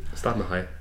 Start med hej.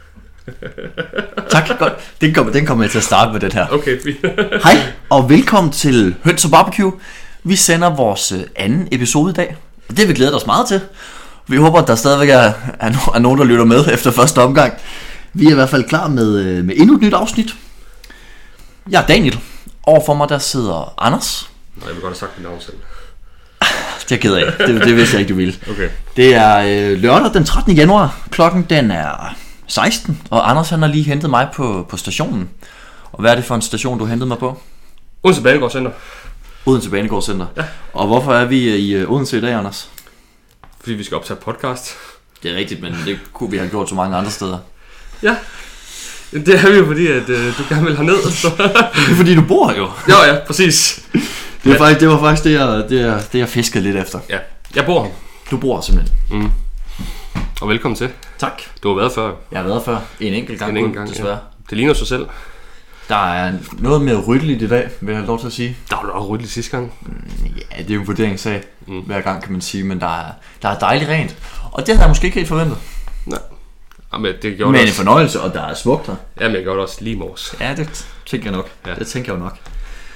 Tak, godt. Den kommer jeg til at starte med, den her. Okay, fint. Hej, og velkommen til Høns og Barbecue. Vi sender vores anden episode i dag, og det har vi glædet os meget til. Vi håber, at der stadigvæk er nogen, der lytter med efter første omgang. Vi er i hvert fald klar med endnu et nyt afsnit. Jeg er Daniel. Overfor mig der sidder Anders. Nej, jeg vil godt have sagt mit navn selv. Det er jeg ked af. Det vidste jeg ikke, du ville. Okay. Det er lørdag den 13. januar. Klokken den er 16, og Anders han har lige hentet mig på stationen. Og hvad er det for en station, du hentede mig på? Odense Banegård Center. Odense Banegård Center. Ja. Og hvorfor er vi i Odense i dag, Anders? Fordi vi skal optage podcast. Det er rigtigt, men det kunne vi have gjort så mange andre steder. Ja. Det er vi jo fordi, at du gerne vil herned. Så. Det er fordi, du bor her jo. Ja, præcis. Det var faktisk det, jeg fiskede lidt efter. Ja, jeg bor her. Du bor simpelthen. Mm. Og velkommen til. Tak. Du har været før. Jeg har været før. En enkelt gang, desværre. Ja. Det ligner sig selv. Der er noget mere ryddeligt i dag, vil jeg have lov til at sige. Der var da også ryddeligt sidste gang. Ja, det er jo en vurderingssag. Hver gang kan man sige, men der er dejligt rent. Og det havde jeg måske ikke helt forventet. Nej. Jamen, det gjorde men det en fornøjelse, og der er smukt her. Jamen, jeg gjorde det også lige mors. Ja, det tænker jeg nok. Ja. Det tænker jeg jo nok.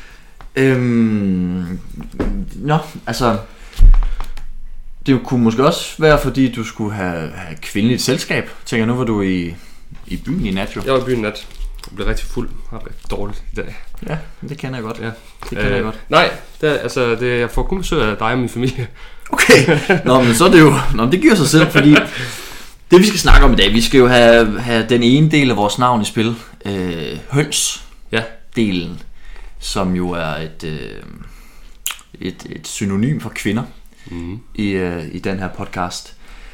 Altså det kunne måske også være, fordi du skulle have kvindeligt selskab. Tænker nu var du i byen i nat jo. Jeg var i byen i nat. Jeg blev rigtig fuld. Jeg blev dårligt i dag. Ja, det kender jeg godt. Ja. Det kender jeg godt. Nej, jeg får kun besøg af dig og min familie. Okay, men så er det jo. Det giver sig selv, fordi det vi skal snakke om i dag, vi skal jo have den ene del af vores navn i spil, høns. Ja. Delen, som jo er et synonym for kvinder i den her podcast.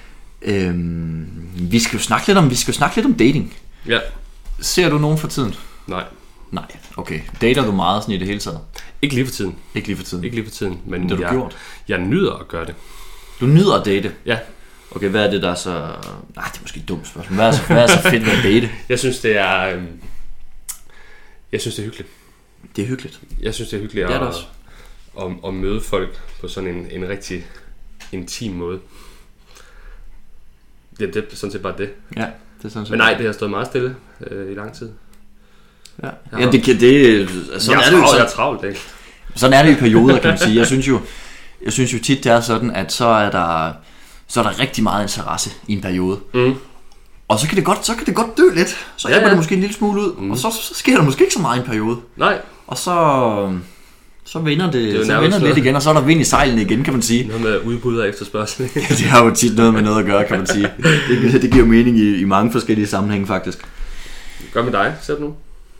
Vi skal jo snakke lidt om dating. Ja. Ser du nogen for tiden? Nej, okay. Dater du meget sådan i det hele taget? Ikke lige for tiden. Men det har du gjort? Jeg nyder at gøre det. Du nyder at date? Ja. Okay, hvad er det der er så... Nej, det er måske et dumt spørgsmål. Hvad er så fedt ved at date? Jeg synes det er hyggeligt. Det er hyggeligt. Jeg synes det er hyggeligt at møde folk på sådan en rigtig intim måde. Det er sådan set bare det. Ja, det er sådan set. Men nej, det har stået meget stille i lang tid. Ja, sådan jeg er travlt, ikke? Sådan er det i perioder, kan man sige. Jeg synes jo tit det er sådan, at så er der rigtig meget interesse i en periode. Og så kan det godt dø lidt. Så hjælper det måske en lille smule ud. Og så sker der måske ikke så meget i en periode. Nej. Og så vinder det lidt igen, og så er der vind i sejlene igen, kan man sige. Noget med udbud og efterspørgsel. Det har jo tit noget med noget at gøre, kan man sige. Det giver mening i mange forskellige sammenhænge, faktisk. Gør med dig, ser du nu?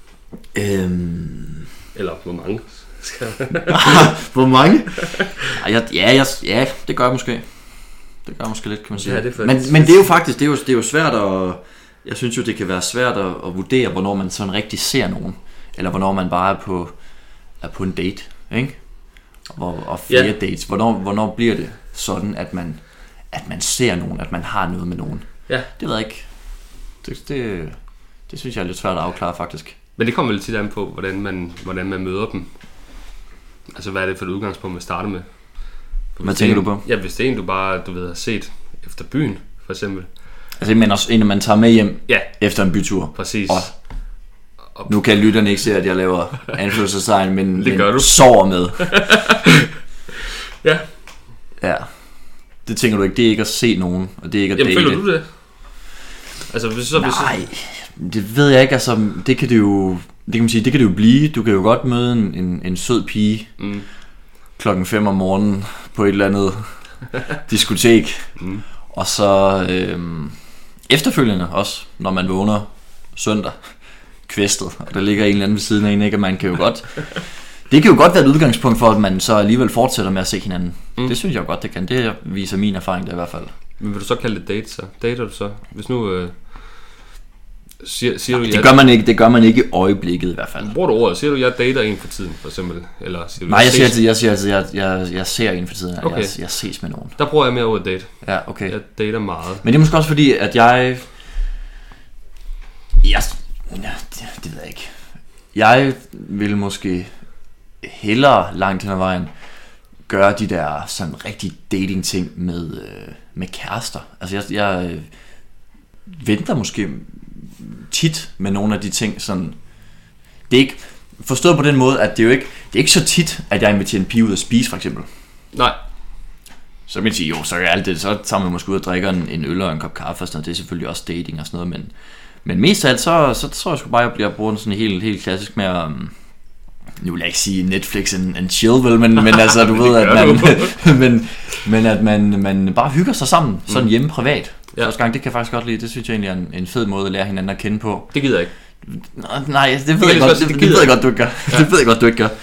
Eller hvor mange? Hvor mange? Ja, det gør jeg måske. Det gør måske lidt, kan man sige. Ja, men det er jo faktisk, det er jo svært at... Jeg synes jo, det kan være svært at vurdere, hvornår man sådan rigtig ser nogen. Eller hvornår man bare er på en date, ikke? Og flere dates. Hvornår bliver det sådan, at man ser nogen, at man har noget med nogen? Ja. Det ved jeg ikke. Det synes jeg er lidt svært at afklare, faktisk. Men det kommer vel tit an på, hvordan man møder dem. Altså, hvad er det for et udgangspunkt, man starter med? Hvad tænker du på? Ja, hvis det er en, du bare har set efter byen, for eksempel. Altså, en man tager med hjem efter en bytur. Præcis. Og nu kan lytterne ikke se, at jeg laver anførselstegn, men du sover med. Ja. Ja. Det tænker du ikke, det er ikke at se nogen, og det er ikke at date. Jamen, føler du det? Altså, Nej, det ved jeg ikke. Altså, det kan det jo blive. Du kan jo godt møde en sød pige 5:00 om morgenen på et eller andet diskotek. Og så efterfølgende også, når man vågner søndag, kvæstet, og der ligger en eller anden ved siden af en, ikke? Og man kan jo godt... Det kan jo godt være et udgangspunkt for, at man så alligevel fortsætter med at se hinanden. Det synes jeg jo godt, det kan. Det viser min erfaring der i hvert fald. Men vil du så kalde det date så? Dater du så? Hvis nu... Siger du, det gør man ikke i øjeblikket i hvert fald. Bruger du ordet? Siger du, jeg dater en for tiden, for eksempel? Eller siger du, nej, jeg siger altid, jeg ser en for tiden. Okay. Jeg ses med nogen. Der bruger jeg mere ordet date. Ja, okay. Jeg dater meget. Men det er måske også fordi, at det ved jeg ikke. Jeg vil måske hellere langt hen ad vejen gøre de der sådan rigtig dating ting med kærester. Altså venter måske tit med nogle af de ting sådan. Det er ikke forstået på den måde, at det er ikke så tit, at jeg inviterer en pige ud at spise for eksempel. Nej. Så vil jeg sige, jo, så er alt det, så tager man måske ud og drikker en øl og en kop kaffe og sådan noget. Det er selvfølgelig også dating og sådan noget, men mest af alt, så tror jeg sgu bare, at jeg bliver brugt sådan helt klassisk med at, nu vil jeg ikke sige Netflix and chill, vel, men altså, du ved, at men at man bare hygger sig sammen, sådan hjemme privat. Ja. Første gang, det kan jeg faktisk godt lide. Det synes jeg egentlig er en fed måde at lære hinanden at kende på. Det gider jeg ikke. Nej, det ved jeg godt, det ved jeg godt, du ikke gør. Ja. Det ved jeg godt, du ikke gør.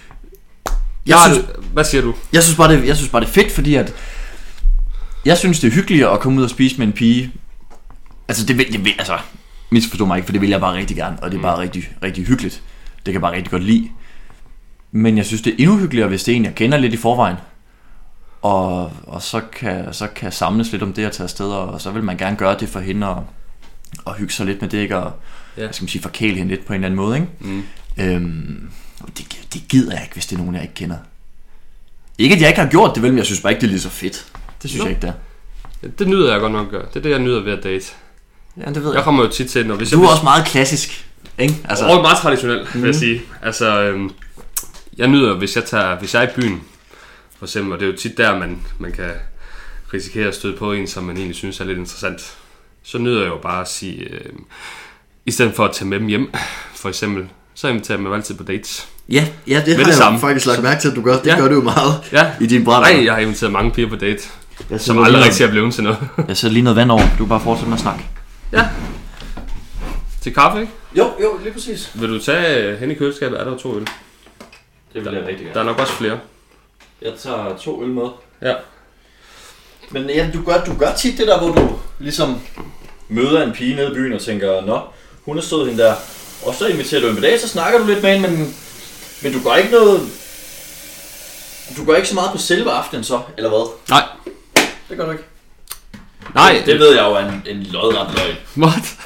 Hvad siger du? Jeg synes bare, det er fedt, fordi at jeg synes, det er hyggeligt at komme ud og spise med en pige. Altså, det vil altså, misforstå mig ikke, for det vil jeg bare rigtig gerne, og det er bare rigtig, rigtig hyggeligt. Det kan jeg bare rigtig godt lide. Men jeg synes, det er endnu hyggeligere, hvis det er en, jeg kender lidt i forvejen. Og så kan samles lidt om det at tage afsted, og så vil man gerne gøre det for hende, og hygge sig lidt med det, ikke? Og skal man sige, forkæle hende lidt på en eller anden måde, ikke? Det gider jeg ikke, hvis det er nogen, jeg ikke kender. Ikke at jeg ikke har gjort det, vel, men jeg synes bare ikke, det er lige så fedt. Det synes jeg ikke, det er. Det nyder jeg godt nok at gøre. Det er det, jeg nyder ved at date. Ja, det ved jeg kommer jo tit til, når du er også meget klassisk, ikke? Altså, og meget traditionel, vil jeg sige. Altså, jeg nyder, hvis jeg er i byen, for eksempel, og det er jo tit der, man kan risikere at støde på en, som man egentlig synes er lidt interessant. Så nyder jeg jo bare at sige, i stedet for at tage med dem hjem, for eksempel, så inviterer jeg dem altid på dates. Ja, det har jeg faktisk lagt mærke til, at du gør. Det gør du jo meget i din brænder. Nej, jeg har inviteret mange piger på date, som aldrig rigtig er blevet til noget. Jeg sætter lige noget vand over. Du kan bare fortsætte med at snakke. Ja. Til kaffe, ikke? Jo, lige præcis. Vil du tage hen i køleskabet? Er der 2 øl? Det vil jeg rigtig gerne. Der er nok også flere. Jeg tager 2 øl med. Ja. Men ja, du gør tit det der, hvor du ligesom møder en pige nede i byen og tænker, nå, hun er stået hende der. Og så inviterer du en dag, så snakker du lidt med hende, men du gør ikke noget. Du gør ikke så meget på selve aftenen så, eller hvad? Nej. Det gør du ikke. Nej. Det ved jeg jo er en lodret løgn. What?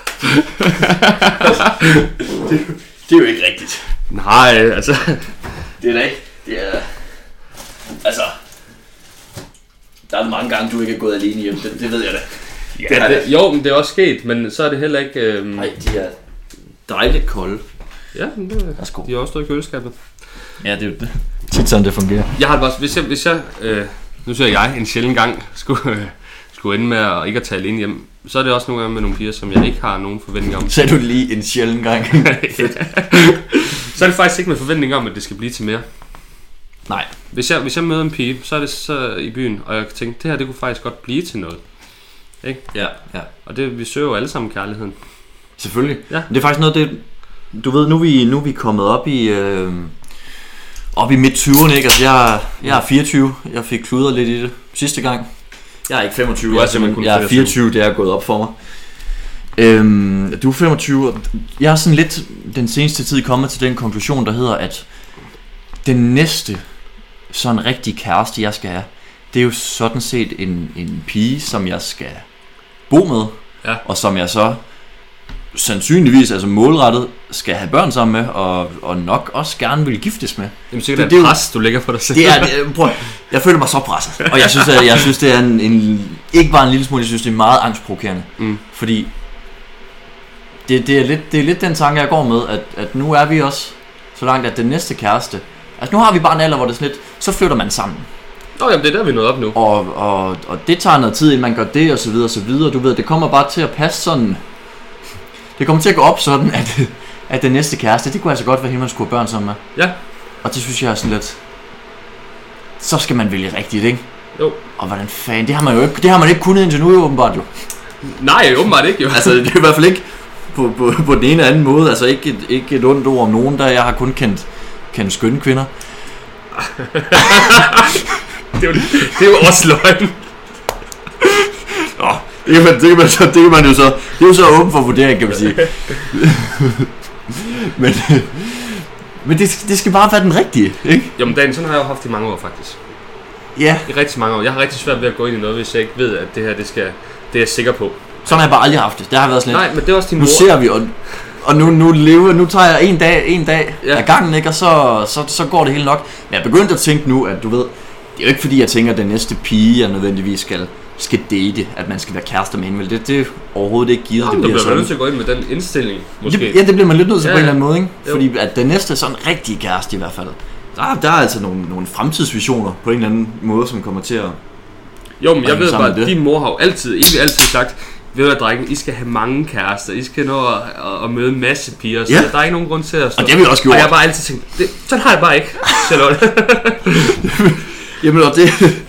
det er jo ikke rigtigt. Nej, altså. Det er da ikke. Det er. Altså. Der er mange gange, du ikke er gået alene hjem. Det ved jeg da. Ja, jo, men det er også sket, men så er det heller ikke. Nej, de er dejligt kolde. Ja, men de er også stået i køleskabet. Ja, det er jo tit sådan, det fungerer. Jeg har bare, hvis jeg nu siger jeg en sjældent gang skulle ende med at ikke at tage alene hjem, så er det også nogle gange med nogle piger, som jeg ikke har nogen forventning om. Sagde du lige en sjældent gang? Så er det faktisk ikke med forventning om, at det skal blive til mere. Nej. Hvis jeg møder en pige, så er det så i byen, og jeg tænker, det her det kunne faktisk godt blive til noget. Ikke? Ja. Og det, vi søger jo alle sammen kærligheden. Selvfølgelig. Ja. Det er faktisk noget, det du ved, nu er vi kommet op i midt-20'erne, ikke? Altså, jeg er 24. Jeg fik kludret lidt i det sidste gang. Jeg er ikke 25. Jeg er 24, det er gået op for mig. Du er 25. Jeg er sådan lidt den seneste tid kommet til den konklusion, der hedder, at den næste sådan rigtig kæreste, jeg skal have, det er jo sådan set en pige, som jeg skal bo med, og som jeg så sandsynligvis, altså målrettet, skal have børn sammen med, og nok også gerne vil giftes med. Jamen sikkert det er et pres, du lægger på dig selv. Jeg føler mig så presset, og jeg synes det er en ikke bare en lille smule, jeg synes det er meget angstprovokerende, fordi det er lidt den tanke, jeg går med, at nu er vi også så langt, at den næste kæreste, altså nu har vi bare en alder, hvor det er sådan lidt, så flytter man sammen. Jamen det er der, vi er nået op nu. Og det tager noget tid, inden man gør det, og så videre, og så videre. Du ved, det kommer bare til at passe sådan. Det kommer til at gå op sådan, at den næste kæreste, det kunne altså godt være hende, man skulle have børn sammen med. Ja. Og det synes jeg er sådan lidt. Så skal man vælge rigtigt, ikke? Jo. Og hvordan fanden, det har man ikke kunnet indtil nu, åbenbart jo. Nej, åbenbart ikke jo. Altså, det er i hvert fald ikke på den ene eller anden måde. Altså, ikke et ondt ord om nogen, der jeg har kun kendt skønne kvinder. det er jo også løgn. Det kan man jo så. Det er jo så åben for vurdering, kan man sige. men det skal bare være den rigtige, ikke? Jamen Dan, sådan har jeg jo haft i mange år faktisk. Ja. I rigtig mange år. Jeg har rigtig svært ved at gå ind i noget, hvis jeg ikke ved, at det her, det er jeg sikker på. Sådan har jeg bare aldrig haft det. Det har været sådan lidt. Nej, men det er også din mor. Nu ser vi, og nu tager jeg en dag af gangen, ikke? Og så går det hele nok. Men jeg er begyndt at tænke nu, at du ved, det er jo ikke fordi, jeg tænker, at den næste pige, jeg nødvendigvis skal date, at man skal være kærester med hende. Det er overhovedet ikke givet. Det bliver man nødt til at gå ind med den indstilling, måske. Det bliver man lidt nødt til på en eller anden måde, ikke? Fordi at den næste er sådan en rigtig kæreste i hvert fald. Der er altså nogle fremtidsvisioner på en eller anden måde, som kommer til at... Jo, men jeg ved bare, at din mor har jo altid sagt, ved du hvad, drenge, I skal have mange kærester, I skal nå at møde en masse piger, så der er ikke nogen grund til at stå. Og det har vi også gjort. Og jeg har bare altid tænkt, sådan har jeg bare ikke, Charlotte. Jamen, og det...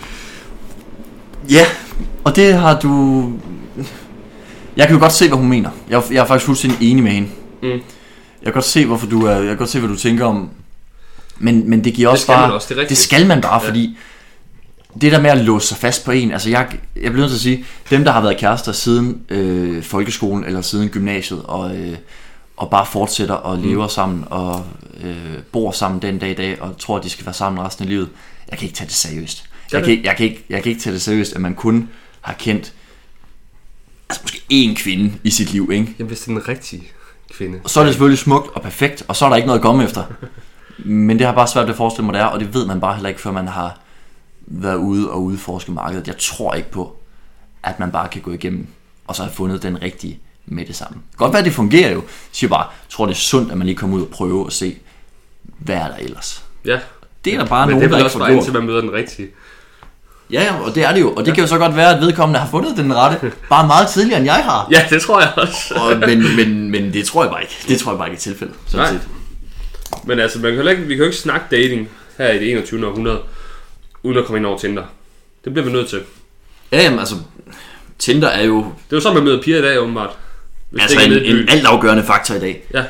Ja, og det har du... Jeg kan jo godt se, hvad hun mener. Jeg er faktisk fuldstændig enig med hende. Jeg kan godt se, hvorfor du er... Jeg kan godt se, hvad du tænker om... Men det giver også bare... Det skal man bare, fordi... Det der med at låse sig fast på en, altså jeg bliver nødt til at sige, dem der har været kærester siden folkeskolen eller siden gymnasiet og bare fortsætter og lever sammen og bor sammen den dag i dag og tror at de skal være sammen resten af livet, jeg kan ikke tage det seriøst. Jeg kan ikke tage det seriøst, at man kun har kendt altså måske én kvinde i sit liv, ikke? Jamen hvis det er den rigtige kvinde. Og så er det selvfølgelig smukt og perfekt, og så er der ikke noget at komme efter. Men det har bare svært at forestille mig, det er, og det ved man bare heller ikke, før man har været ude og udforske markedet. Jeg tror ikke på, at man bare kan gå igennem og så have fundet den rigtige med det samme. Godt være, det fungerer jo. Jeg siger bare, jeg tror det er sundt, at man lige kommer ud og prøve og se, hvad er der ellers. Ja. Det er der bare men nogen, det der også bare indtil man møder den rigtige. Ja, og det er det jo. Og det kan jo så godt være, at vedkommende har fundet den rette bare meget tidligere, end jeg har. Ja, det tror jeg også. Men det tror jeg bare ikke. Det tror jeg bare ikke er tilfældet. Nej. Men altså, vi kan jo ikke snakke dating her i det 21. århundrede, uden at komme ind over Tinder. Det bliver vi nødt til. Ja, jamen altså, Tinder er jo... Det er jo sådan, man møder piger i dag, åbenbart. Altså en altafgørende faktor i dag. Ja.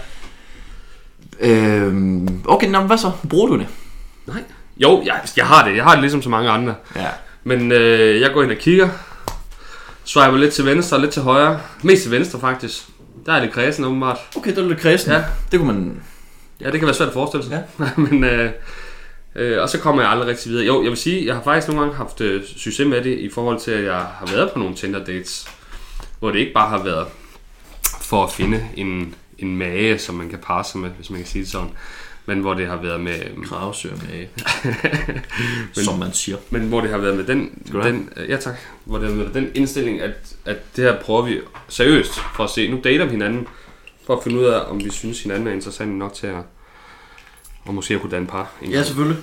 Okay, nå, hvad så? Bruger du det? Nej. Jo, jeg har det. Jeg har det ligesom så mange andre. Ja. Men jeg går ind og kigger. Swiper lidt til venstre og lidt til højre. Mest til venstre, faktisk. Der er lidt kredsen, åbenbart. Okay, der er lidt kredsen. Ja. Det kunne man... Ja, det kan være svært at forestille sig. Ja. Men... og så kommer jeg aldrig rigtig videre. Jo, jeg vil sige, jeg har faktisk nogle gange haft succes med det, i forhold til, at jeg har været på nogle Tinder dates, hvor det ikke bare har været for at finde en mage, som man kan parre sig med, hvis man kan sige det sådan, men hvor det har været med... Kravsøger mage. Som man siger. Men hvor det har været med den ja tak, hvor det har været med den indstilling, at det her prøver vi seriøst for at se, nu dater vi hinanden, for at finde ud af, om vi synes hinanden er interessant nok til at og måske kunne danne par. Ja, selvfølgelig.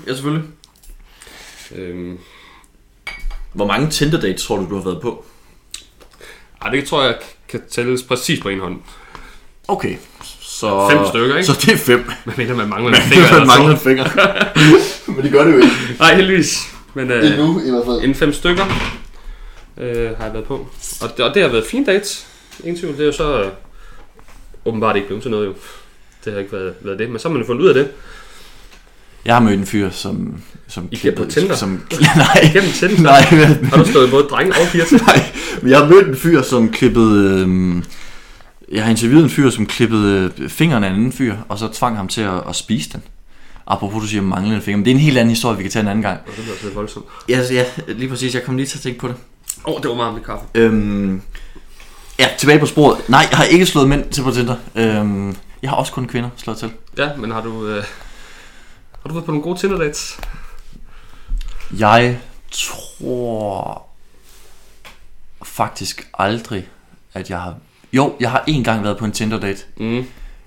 Hvor mange Tinder dates tror du har været på? Det tror jeg kan tælles præcis på en hånd. Okay, så... 5 stykker, ikke? Så det er 5. Men man mangler en finger. Man mangler en finger. Men det gør det jo ikke. Nej, heldigvis. Men endnu i hvert fald. En 5 stykker har jeg været på. Og det har været fine dates. Ingen tvivl. Det er jo så åbenbart ikke blevet til noget jo. Det har ikke været det. Men så har man jo fundet ud af det. Jeg har mødt en fyr, som klippede... på Tinder? Nej. Gennem Tinder? Nej. Har du stået både drenge og piger til? Nej, men jeg har mødt en fyr, som klippede... Jeg har interviewet en fyr, som klippede fingeren af en anden fyr, og så tvang ham til at spise den. Apropos, du siger manglende finger, men det er en helt anden historie, vi kan tage en anden gang. Det bliver også voldsomt. Ja, lige præcis. Jeg kom lige til at tænke på det. Det var meget med kaffe. Ja, tilbage på sporet. Nej, jeg har ikke slået mænd til på Tinder. Jeg har også kun kvinder slået til. Ja, men har du været på nogle gode Tinder dates? Jeg tror faktisk aldrig, at jeg har... Jo, jeg har en gang været på en Tinder date. Det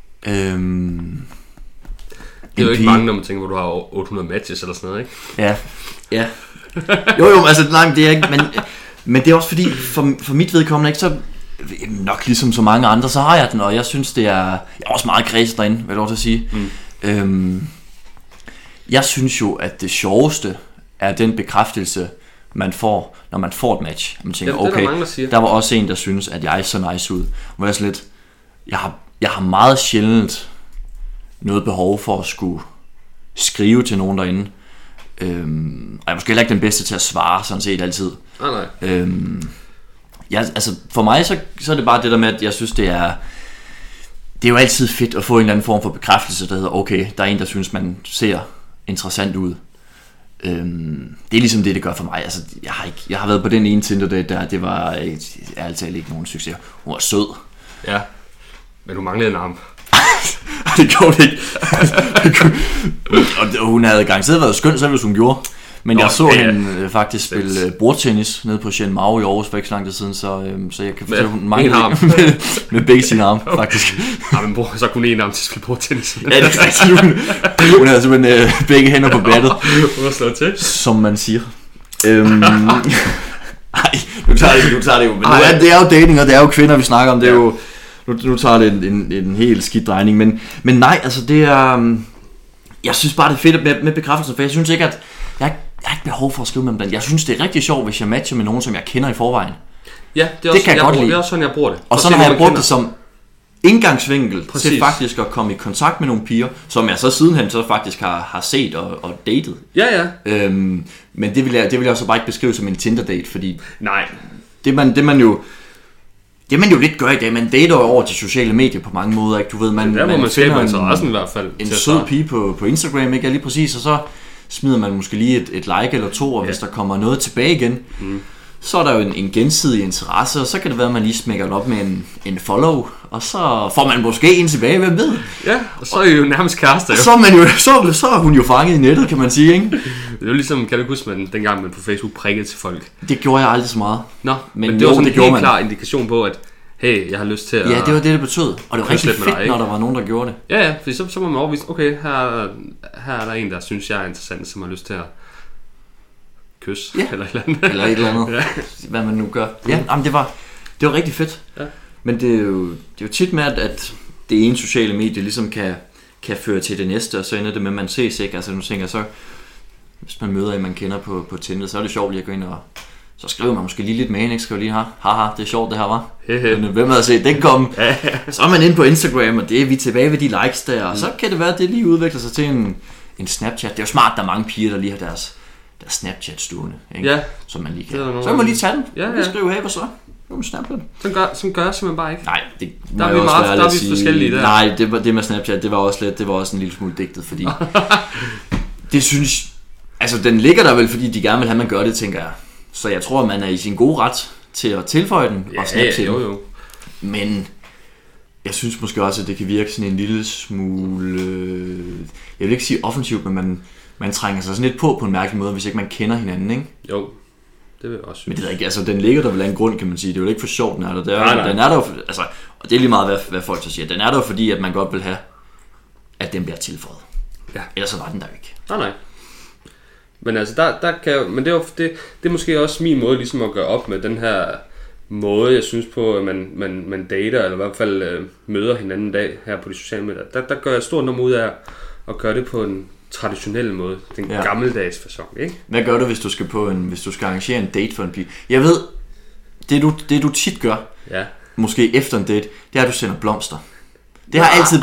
er jo ikke mange, når man tænker, hvor du har 800 matches eller sådan noget, ikke? Ja. Jo, altså nej, men det er ikke... Men det er også fordi, for mit vedkommende, ikke så... Nok ligesom så mange andre, så har jeg den, og jeg synes, det er... Jeg er også meget kredsen derinde, hvad jeg lov til at sige. Jeg synes jo, at det sjoveste er den bekræftelse, man får, når man får et match. Man tænker, okay, der var også en, der synes, at jeg så nice ud. Hvor jeg lidt, jeg har meget sjældent noget behov for at skulle skrive til nogen derinde. Og jeg er måske heller ikke den bedste til at svare, sådan set altid. Nej. Altså for mig, så er det bare det der med, at jeg synes, det er jo altid fedt at få en eller anden form for bekræftelse, der hedder, okay, der er en, der synes, man ser interessant ud. Det er ligesom det gør for mig. Altså, jeg har været på den ene Tinder date der, det var ærligt ikke nogen succes. Hun var sød. Ja, men du manglede en arm. Det gjorde det ikke. Og hun havde garanteret været skøn, selv hvis hun gjorde. Men jeg så hende faktisk spille bordtennis nede på Shen Mao i Aarhus for ikke så lang tid siden, så jeg kan fortælle, hun mange med begge sine arme, faktisk. Ja, men så kunne en arm til at spille bordtennis. Ja, det er rigtigt. Hun havde simpelthen begge hænder på battet. Hun har slået til. Som man siger. Nej, nu tager det jo. Men det er jo dating, og det er jo kvinder, vi snakker om. Det er jo, nu tager det en helt skidt drejning. Men nej, altså det er... Jeg synes bare, det er fedt med bekræftelsen, for jeg synes ikke, at... Jeg har ikke behov for at skrive med dem. Jeg synes, det er rigtig sjovt, hvis jeg matcher med nogen, som jeg kender i forvejen. Ja, det kan jeg godt lide. Det er også sådan, jeg bruger det. Og så har jeg brugt det som indgangsvinkel til faktisk at komme i kontakt med nogle piger, som jeg så sidenhen så faktisk har set og datet. Ja. Men det vil jeg så bare ikke beskrive som en Tinder-date, fordi... Nej. Det man jo lidt gør i dag, man dater over til sociale medier på mange måder, ikke? Du ved, man finder interessen i hvert fald. En sød pige på Instagram, ikke? Ja, lige præcis, og så smider man måske lige et like eller to, og hvis der kommer noget tilbage igen, så er der jo en gensidig interesse, og så kan det være, at man lige smækker den op med en follow, og så får man måske en tilbage, hvem ved? Ja, og så er I jo nærmest kærester. Så er hun jo fanget i nettet, kan man sige, ikke? Det er jo ligesom, kan du huske, dengang man på Facebook prikkede til folk? Det gjorde jeg aldrig så meget. Nå, men det var sådan en helt klar indikation på, at hey, jeg har lyst til at... Ja, det var det betød. Og det var rigtig fedt, når der var nogen, der gjorde det. Ja, fordi så må man overvise, okay, her er der en, der synes, jeg er interessant, som har lyst til at kysse, eller et eller andet. Eller et eller andet, ja. Hvad man nu gør. Ja, men det var rigtig fedt. Ja. Men det er jo tit med, at det ene sociale medie ligesom kan føre til det næste, og så ender det med, at man ses ikke. Altså nu tænker jeg så, hvis man møder en, man kender på Tinder, så er det sjovt lige at gå ind og... Så skriver man måske lige lidt med hende, ikke? Skriver lige her, haha, det er sjovt det her, var. Men hvem havde set den komme? Så er man inde på Instagram, og det er vi tilbage ved de likes der, og så kan det være, at det lige udvikler sig til en Snapchat. Det er jo smart, der er mange piger, der lige har deres Snapchat stående, ikke? Ja. Som man lige kan. Så kan man lige tage den, lige skrive, hey, hvad så? Nu er Snapchat. Som gør simpelthen bare ikke. Nej, det der er vi forskellige der. Nej, det med Snapchat, det var også en lille smule digtet, fordi det synes, altså den ligger der vel, fordi de gerne vil have, man gør det, tænker jeg. Så jeg tror, at man er i sin gode ret til at tilføje den og snappe til den. Jo. Men jeg synes måske også, at det kan virke sådan en lille smule... Jeg vil ikke sige offensivt, men man trænger sig sådan lidt på en mærkelig måde, hvis ikke man kender hinanden, ikke? Jo, det vil jeg også synes. Men det er ikke, altså den ligger der vel af en grund, kan man sige. Det er jo ikke for sjovt, den er der. Den er der jo, altså, og det er lige meget, hvad folk så siger. Den er der jo fordi, at man godt vil have, at den bliver tilføjet. Ja. Ellers så var den der ikke. Nej. Men altså, der kan jo, men det er måske også min måde ligesom at gøre op med den her måde, jeg synes på, at man dater, eller i hvert fald møder hinanden en dag her på de sociale medier. Der gør jeg stort nummer ud af at gøre det på en traditionel måde. Den gammeldags facon, ikke? Hvad gør du, hvis du skal arrangere en date for en pige? Jeg ved, det du tit gør, måske efter en date, det er, at du sender blomster. Det har altid...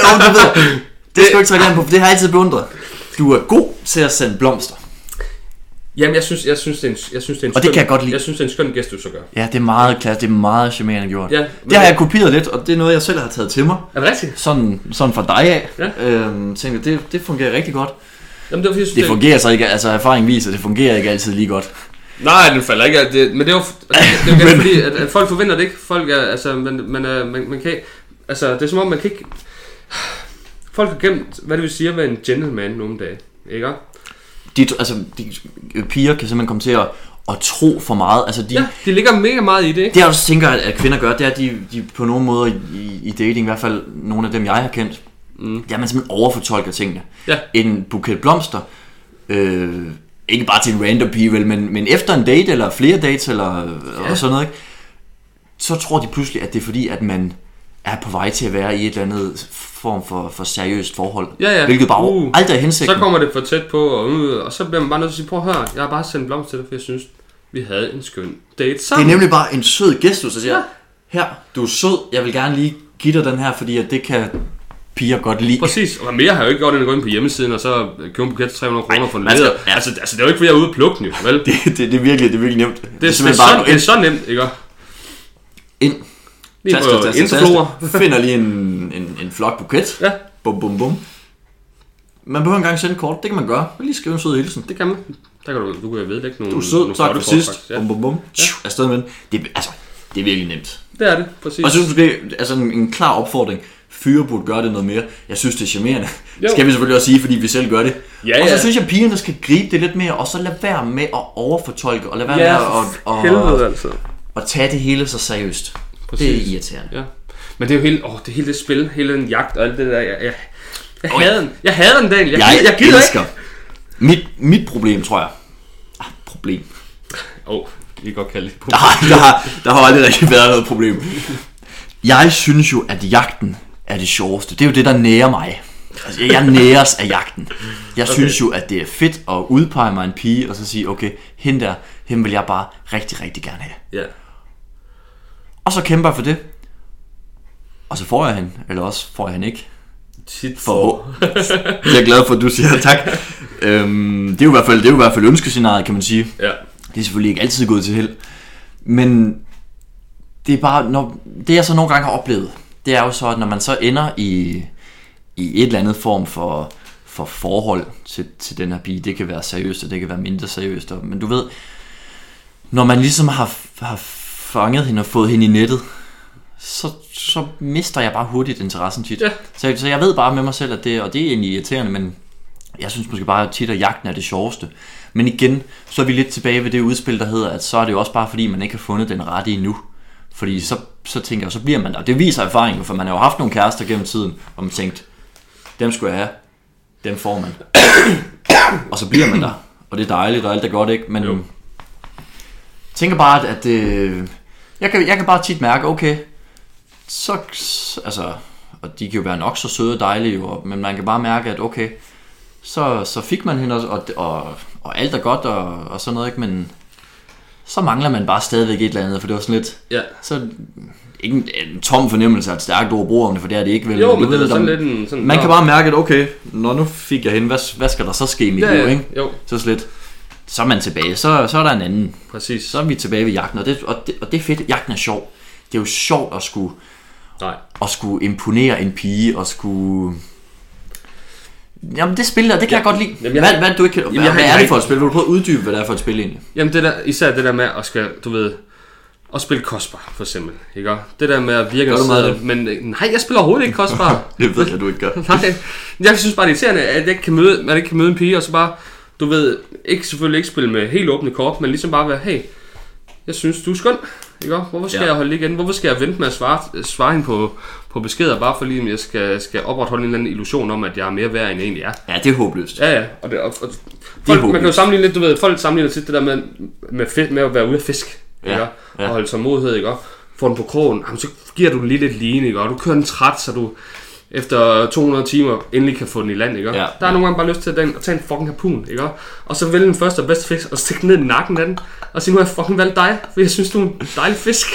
Det skal du ikke trække an på, for det har altid beundret. Du er god til at sende blomster. Jamen, jeg synes det er en og det kan jeg godt lide. Jeg synes, det er en skøn gæst, du så gør. Ja, det er meget klasse, det er meget charmerende gjort. Ja, det har jeg kopieret lidt, og det er noget, jeg selv har taget til mig. Er det rigtigt? Sådan fra dig af. Ja. Tænker, det fungerer rigtig godt. Jamen, det fungerer så ikke, altså erfaring viser, det fungerer ikke altid lige godt. Nej, den falder ikke. Men det er jo fordi, at folk forventer det ikke. Folk er, altså, man kan altså, det er som om, man kan ikke... Folk har gemt, hvad det vil sige at være en gentleman nogle dage, ikke? De piger kan simpelthen komme til at tro for meget. Altså de ligger mega meget i det, ikke? Det jeg også tænker, at kvinder gør, det er, at de på nogle måder i dating, i hvert fald nogle af dem, jeg har kendt, det er, man simpelthen overfortolker tingene. Ja. En buket blomster, ikke bare til en random pige, vel, men efter en date, eller flere dates, eller og sådan noget, ikke? Så tror de pludselig, at det er fordi, at man er på vej til at være i et eller andet form for seriøst forhold. Ja. Hvilket bare aldrig er hensigten. Så kommer det for tæt på, og så bliver man bare nødt til at sige, prøv at høre, jeg har bare sendt blomster til dig, for jeg synes, vi havde en skøn date sammen. Det er nemlig bare en sød gestus, der siger, her, du er sød, jeg vil gerne lige give dig den her, fordi at det kan piger godt lide. Præcis, og mere har jeg jo ikke gjort, end at gå ind på hjemmesiden, og så købe en buket til 300 kroner for en leder. Altså, det er jo ikke, fordi jeg er ude og plukke den, vel? Det er virkelig nemt. Det er så nemt, ikke? Ind. Taster. Finder lige en flot buket. Ja. Bum. Man behøver engang sende kort. Det kan man gøre. Lige skrive en sød hilsen. Det kan man. Der kan du kan vedlægge nogle. Du er sød. Tak for sidst. Bum. Afsted med den. Det er virkelig nemt. Det er det, præcis. Og så måske en klar opfordring. fyre burde gøre det noget mere. Jeg synes, det er charmerende. Jo. Skal vi selvfølgelig også sige, fordi vi selv gør det. Ja, og så synes jeg, at pigerne skal gribe det lidt mere, og så lade være med at overfortolke, og lade være med at tage det hele så seriøst. Præcis. Det er irriterende. Ja. Men det er jo hele det spil, hele den jagt og alt det der. Jeg hader den dag. Jeg gider ikke. Mit problem, tror jeg. Problem. I kan godt kalde det problem. Der har aldrig rigtig været noget problem. Jeg synes jo, at jagten er det sjoveste. Det er jo det, der nærer mig. Altså, jeg næres af jagten. Jeg synes jo, at det er fedt at udpege mig en pige, og så sige, okay, hende vil jeg bare rigtig, rigtig gerne have. Ja. Og så kæmper jeg for det. Og så får jeg hende, eller også får jeg hende ikke. Jeg er glad for, at du siger tak. Det er jo i hvert fald ønskescenariet, kan man sige. Ja. Det er selvfølgelig ikke altid gået til held. Men det er bare, det jeg så nogle gange har oplevet, det er jo så, at når man så ender i et eller andet form for forhold til den her pige, det kan være seriøst, og det kan være mindre seriøst, men du ved, når man ligesom har fanget hende og fået hende i nettet, så mister jeg bare hurtigt interessen tit. Ja. Så jeg ved bare med mig selv, at det er egentlig irriterende, men jeg synes måske bare tit, at jagten er det sjoveste. Men igen, så er vi lidt tilbage ved det udspil, der hedder, at så er det jo også bare fordi, man ikke har fundet den rette endnu. Fordi så tænker jeg, så bliver man der. Det viser erfaringen, for man har jo haft nogle kærester gennem tiden, og man tænkt, dem skulle jeg have, dem får man. Og så bliver man der, og det er dejligt, og alt er godt, ikke? Men jeg tænker bare, at jeg kan bare tit mærke, okay, altså, og de kan jo være nok så søde og dejlige, men man kan bare mærke, at okay, så fik man hende, og alt er godt, og sådan noget, ikke? Men så mangler man bare stadigvæk et eller andet, for det var sådan lidt, så ikke en tom fornemmelse af et stærkt ord bruger om det, for det er det ikke vel. Jo, men det er sådan lidt en... Sådan, man kan bare mærke, at okay, når nu fik jeg hende, hvad skal der så ske i mit liv, ikke? Jo. Så slet. Så er man tilbage, så er der en anden. Præcis. Så er vi tilbage ved jagten, og det er fedt. Jagten er sjov. Det er jo sjovt at skulle imponere en pige, og skulle... Jamen det spil der, det kan jeg godt lide. Jamen, hvad er det for et spil? Vil du prøve at uddybe, hvad det er for et spil egentlig? Jamen det der, især det der med at spille kostbar, for eksempel, ikke? Det der med at virke... Gør du meget det? Men nej, jeg spiller overhovedet ikke kostbar. Det ved jeg, du ikke gør. Nej, jeg synes bare, det er irriterende, at jeg ikke kan møde en pige, og så bare, selvfølgelig ikke spille med helt åbne kort, men ligesom bare være, hey, jeg synes, du er skøn, ikke? Hvorfor skal jeg holde igen? Hvorfor skal jeg vente med at svare hende på beskeder, bare fordi jeg skal opretholde en eller anden illusion om, at jeg er mere værd, end jeg egentlig er? Ja, det er håbløst. Ja. Man kan jo sammenligne lidt, folk sammenligner tit det der med at være ude af fisk, ikke? Og holde tålmodighed, ikke? Få den på krogen, så giver du den lige lidt line, ikke? Og du kører den træt, så du efter 200 timer endelig kan få den i land, ikke? Der er nogle gange bare lyst til at tage en fucking harpun, ikke? Og så vælge den første og bedste fisk, og stikke den ned i nakken af den, og sige, nu har jeg fucking valgt dig, for jeg synes, du er en dejlig fisk.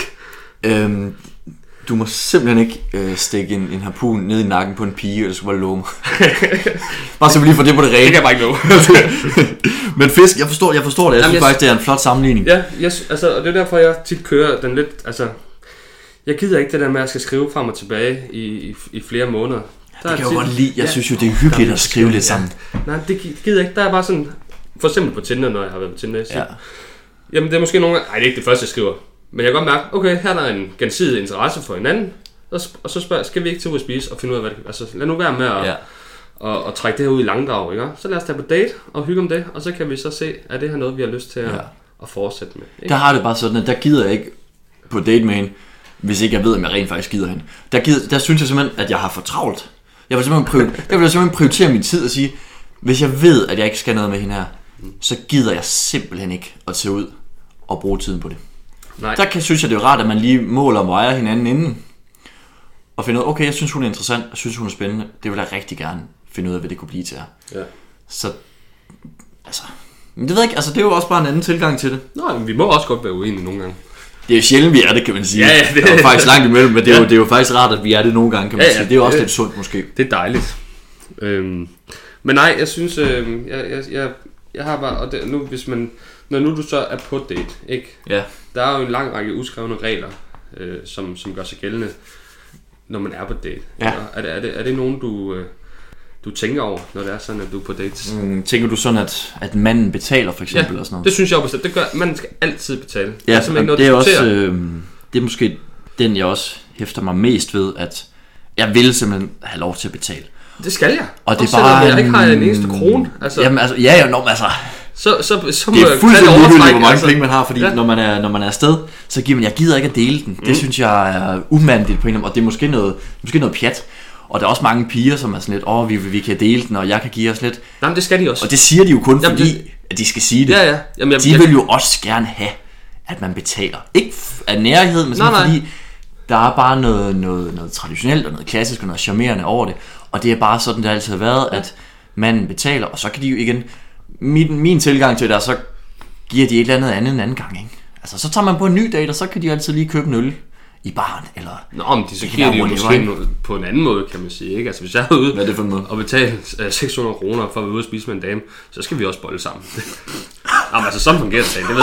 Du må simpelthen ikke stikke en harpun ned i nakken på en pige, eller så bare love mig. Bare så lige for det på det rene. Det kan jeg bare ikke love. Men fisk, jeg forstår det. Jeg synes faktisk, det er en flot sammenligning. Ja, altså, og det er derfor, jeg tit kører den lidt, altså... Jeg gider ikke det der med, at jeg skal skrive frem og tilbage i flere måneder. Det kan jeg jo godt lide. Jeg synes jo, det er hyggeligt at skrive lidt sammen. Nej, det gider ikke. Der er bare sådan... For eksempel på Tinder, når jeg har været på Tinder. Jamen, det er måske nogle gange... Nej, det er ikke det første, jeg skriver. Men jeg kan godt mærke, okay, her er der en gensidig interesse for hinanden. Og så spørger skal vi ikke til at spise og finde ud af, hvad det kan... Altså, lad nu være med at trække det her ud i langdrag, ikke? Så lad os tage på date og hygge om det. Og så kan vi så se, er det her noget, vi har lyst til at fortsætte med. Ikke? Der har det bare sådan, at der gider jeg ikke på date med hende, hvis ikke jeg ved, om jeg rent faktisk gider hende. Der synes jeg simpelthen, at jeg har for travlt. Jeg vil simpelthen prioritere min tid og sige, hvis jeg ved, at jeg ikke skal noget med hende her, så gider jeg simpelthen ikke at tage ud og bruge tiden på det. Nej. Synes jeg, det er rart, at man lige måler og vejer hinanden inden, og finder ud af, okay, jeg synes, hun er interessant, jeg synes, hun er spændende, det vil jeg rigtig gerne finde ud af, hvad det kunne blive til her. Ja. Så, altså, men det ved jeg ikke, altså det er jo også bare en anden tilgang til det. Nej, men vi må også godt være uenige nogle gange. Det er jo sjældent, vi er det, kan man sige. Ja, det er faktisk langt imellem, men det er jo faktisk rart, at vi er det nogle gange, kan man sige. Det er jo også lidt sundt, måske. Det er dejligt. Men nej, jeg synes, jeg har bare, og det, nu, når nu du så er på date, ikke? Ja. Der er jo en lang række uskrevne regler, som gør sig gældende, når man er på date. Ja. Er det nogen, du tænker over, når det er sådan, at du er på dates? Tænker du sådan, at manden betaler, for eksempel? Eller sådan noget? Det synes jeg også bestemt. Det gør, manden skal altid betale. Ja, det er også, det er måske den, jeg også hæfter mig mest ved, Jeg vil simpelthen have lov til at betale. Det skal jeg. Og det er bare jeg ikke har en eneste krone. Altså, jamen altså, ja, altså. Så må det er jeg fuldstændig ligegyldigt, hvor mange altså. penge man har, fordi når man er afsted, så giver man, jeg gider ikke at dele den. Det synes jeg er umandigt på en eller anden, og det er måske noget pjat. Og der er også mange piger, som er sådan lidt, vi kan dele den, og jeg kan give os lidt. Nej, men det skal de også. Og det siger de jo kun fordi, at de skal sige det. Ja. Jamen, de vil jo også gerne have, at man betaler. Ikke af nærhed, men sådan fordi, der er bare noget traditionelt og noget klassisk og noget charmerende over det. Og det er bare sådan, det altid har været, at manden betaler, og så kan de jo igen... Min tilgang til det er, så giver de et eller andet en anden gang, ikke? Altså, så tager man på en ny date, og så kan de altid lige købe en øl i baren, eller... Nå, men så giver de jo måske på en anden måde, kan man sige, ikke? Altså, hvis jeg er ude hvad er det for en måde? og betale 600 kroner for at være ude og spise med en dame, så skal vi også bolle sammen. Jamen, altså, sådan fungerer det, det ved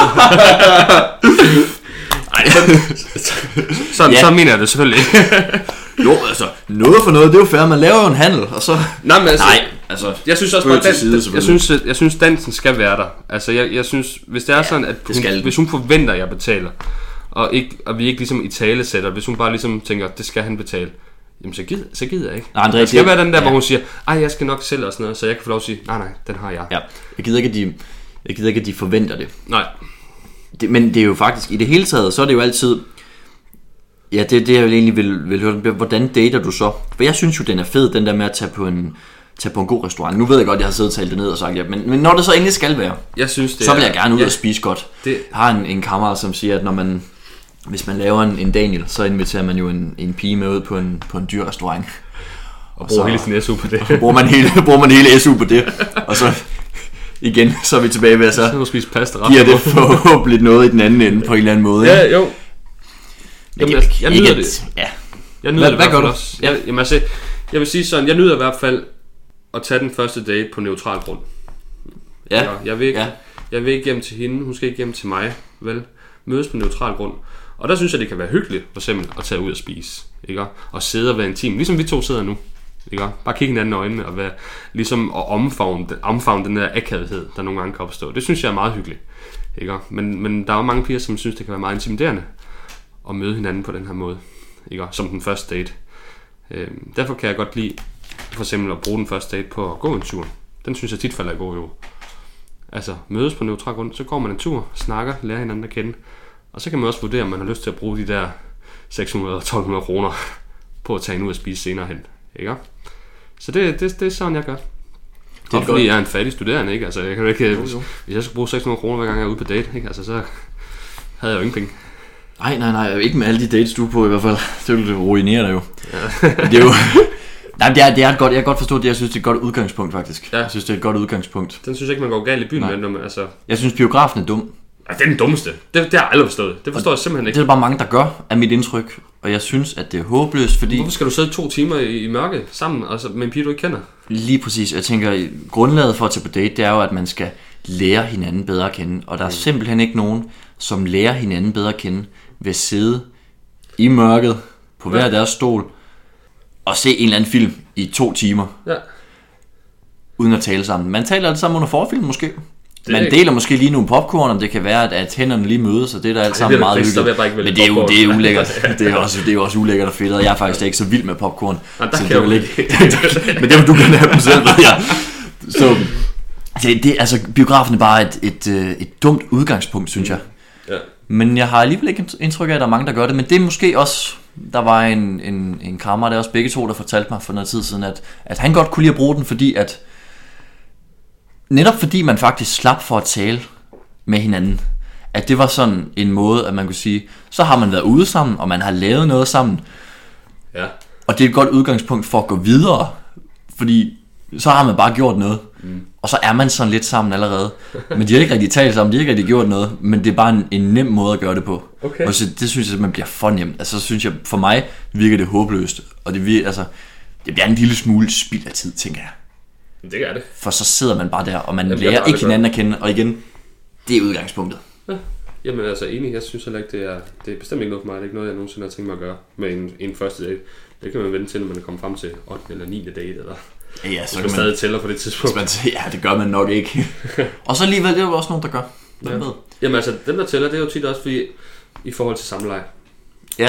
jeg. Så mener jeg det selvfølgelig ikke. Jo, altså, noget for noget, det er jo fair, man laver jo en handel, og så... Nej, altså... Jeg synes også bare, jeg synes dansen skal være der. Altså, jeg synes, hvis det er sådan, at hvis hun forventer, at jeg betaler, og vi ikke ligesom i tale sætter, hvis hun bare ligesom tænker, det skal han betale, jamen så gider jeg ikke. Nej, André, det skal være den der, hvor hun siger, jeg skal nok selv og sådan noget, så jeg kan få lov at sige, nej, den har jeg. Ja, jeg gider ikke, at de forventer det. Nej. Men det er jo faktisk, i det hele taget, så er det jo altid... Ja, det jeg egentlig vil høre, hvordan dater du så? For jeg synes jo, den er fed, den der med at tage på en god restaurant. Nu ved jeg godt, jeg har siddet og talt det ned og sagt, men når det så egentlig skal være, jeg synes, det så vil jeg gerne ud og spise godt. Jeg har en kammerat, som siger, at hvis man laver en Daniel, så inviterer man jo en pige med ud på en dyr restaurant. Og bruger hele sin SU på det. bruger man hele SU på det. Og så igen, så er vi tilbage ved at så spise pasta. Giver det forhåbentlig noget i den anden ende på en eller anden måde. Ja, jo. Jamen, jeg nyder det. Ja. Jeg nyder hvad gør du? Også. Jamen, altså, jeg vil sige sådan, jeg nyder i hvert fald at tage den første date på neutral grund. Ja. Jeg vil ikke hjem til hende, hun skal ikke hjem til mig, vel? Mødes på neutral grund. Og der synes jeg, det kan være hyggeligt, for eksempel, at tage ud og spise, ikke? Og sidde og være intim, ligesom vi to sidder nu, ikke? Bare kigge hinanden i øjnene og være, ligesom at omfavne den der akavethed, der nogle gange kan opstå. Det synes jeg er meget hyggeligt, ikke? Men der er jo mange piger, som synes, det kan være meget intimiderende at møde hinanden på den her måde, ikke? Som den første date. Derfor kan jeg godt lide for eksempel at bruge den første date på at gå en tur. Den synes jeg tit falder i god jo. Altså mødes på neutral grund, så går man en tur, snakker, lærer hinanden at kende. Og så kan man også vurdere, om man har lyst til at bruge de der 600-1200 kroner på at tage en ud og spise senere hen, ikke? Så det er sådan, jeg gør. Det er fordi jeg er en fattig studerende, ikke? Altså, jeg kan ikke, hvis jeg skal bruge 600 kroner hver gang jeg er ude på date, ikke? Altså, så havde jeg jo ingen penge. Nej, ikke med alle de dates du er på i hvert fald. Det vil ruinere dig jo. Ja. Det er jo... Nej, det er et godt, jeg kan godt forstå det. Jeg synes, det er et godt udgangspunkt faktisk. Ja. Jeg synes, det er et godt udgangspunkt. Den synes jeg ikke, man går galt i byen med, når man, altså... Jeg synes, biografen er dum. Ja, det er den dummeste. Det har jeg aldrig forstået. Det forstår jeg simpelthen ikke. Det er der bare mange, der gør, af mit indtryk. Og jeg synes, at det er håbløst, fordi... Hvorfor skal du sidde 2 timer i mørke sammen, altså med en pige, du ikke kender? Lige præcis. Jeg tænker, grundlaget for at tage på date, det er jo, at man skal lære hinanden bedre at kende. Og der er simpelthen ikke nogen, som lærer hinanden bedre at kende ved at sidde i mørket på hver deres stol og se en eller anden film i 2 timer. Ja. Uden at tale sammen. Man taler alt sammen under forfilm måske. Man deler måske lige nogle popcorn, om det kan være, at hænderne lige mødes, og det er der alt sammen meget hyggeligt. Men det er ulækkert. Det er jo også ulækkert og fedt, og jeg er faktisk ikke så vild med popcorn. Nej, der kan ikke. Men det må du kan have dem selv, ved jeg. Så altså, biografen er bare et dumt udgangspunkt, synes jeg. Ja. Men jeg har alligevel ikke indtryk af, at der er mange, der gør det. Men det er måske også... Der var en kammerat, der også begge to, der fortalte mig for noget tid siden, at han godt kunne lide at bruge den, fordi at... Netop fordi man faktisk slap for at tale med hinanden. At det var sådan en måde, at man kunne sige, så har man været ude sammen, og man har lavet noget sammen. Ja. Og det er et godt udgangspunkt for at gå videre. Fordi så har man bare gjort noget. Og så er man sådan lidt sammen allerede. Men de har ikke rigtig talt sammen, de har ikke rigtig gjort noget. Men det er bare en nem måde at gøre det på. Okay. Og så, det synes jeg, at man bliver for nemt. Altså synes jeg, for mig virker det håbløst. Og det bliver en lille smule spild af tid, tænker jeg. Det gør det. For så sidder man bare der, og man lærer ikke hinanden at kende. Og igen, det er udgangspunktet. Ja. Jamen altså enig, jeg synes heller ikke, det er bestemt ikke noget for mig. Det er ikke noget, jeg nogensinde har tænkt mig at gøre med en første date. Det kan man vente til, når man er kommet frem til 8. eller 9. date, eller... Ja, så kan man stadig tæller på det tidspunkt. Ja, det gør man nok ikke. Og så alligevel, det er jo også nogen, der gør. Ja. Jamen altså, dem der tæller, det er jo tit også fordi, i forhold til samleje. Ja,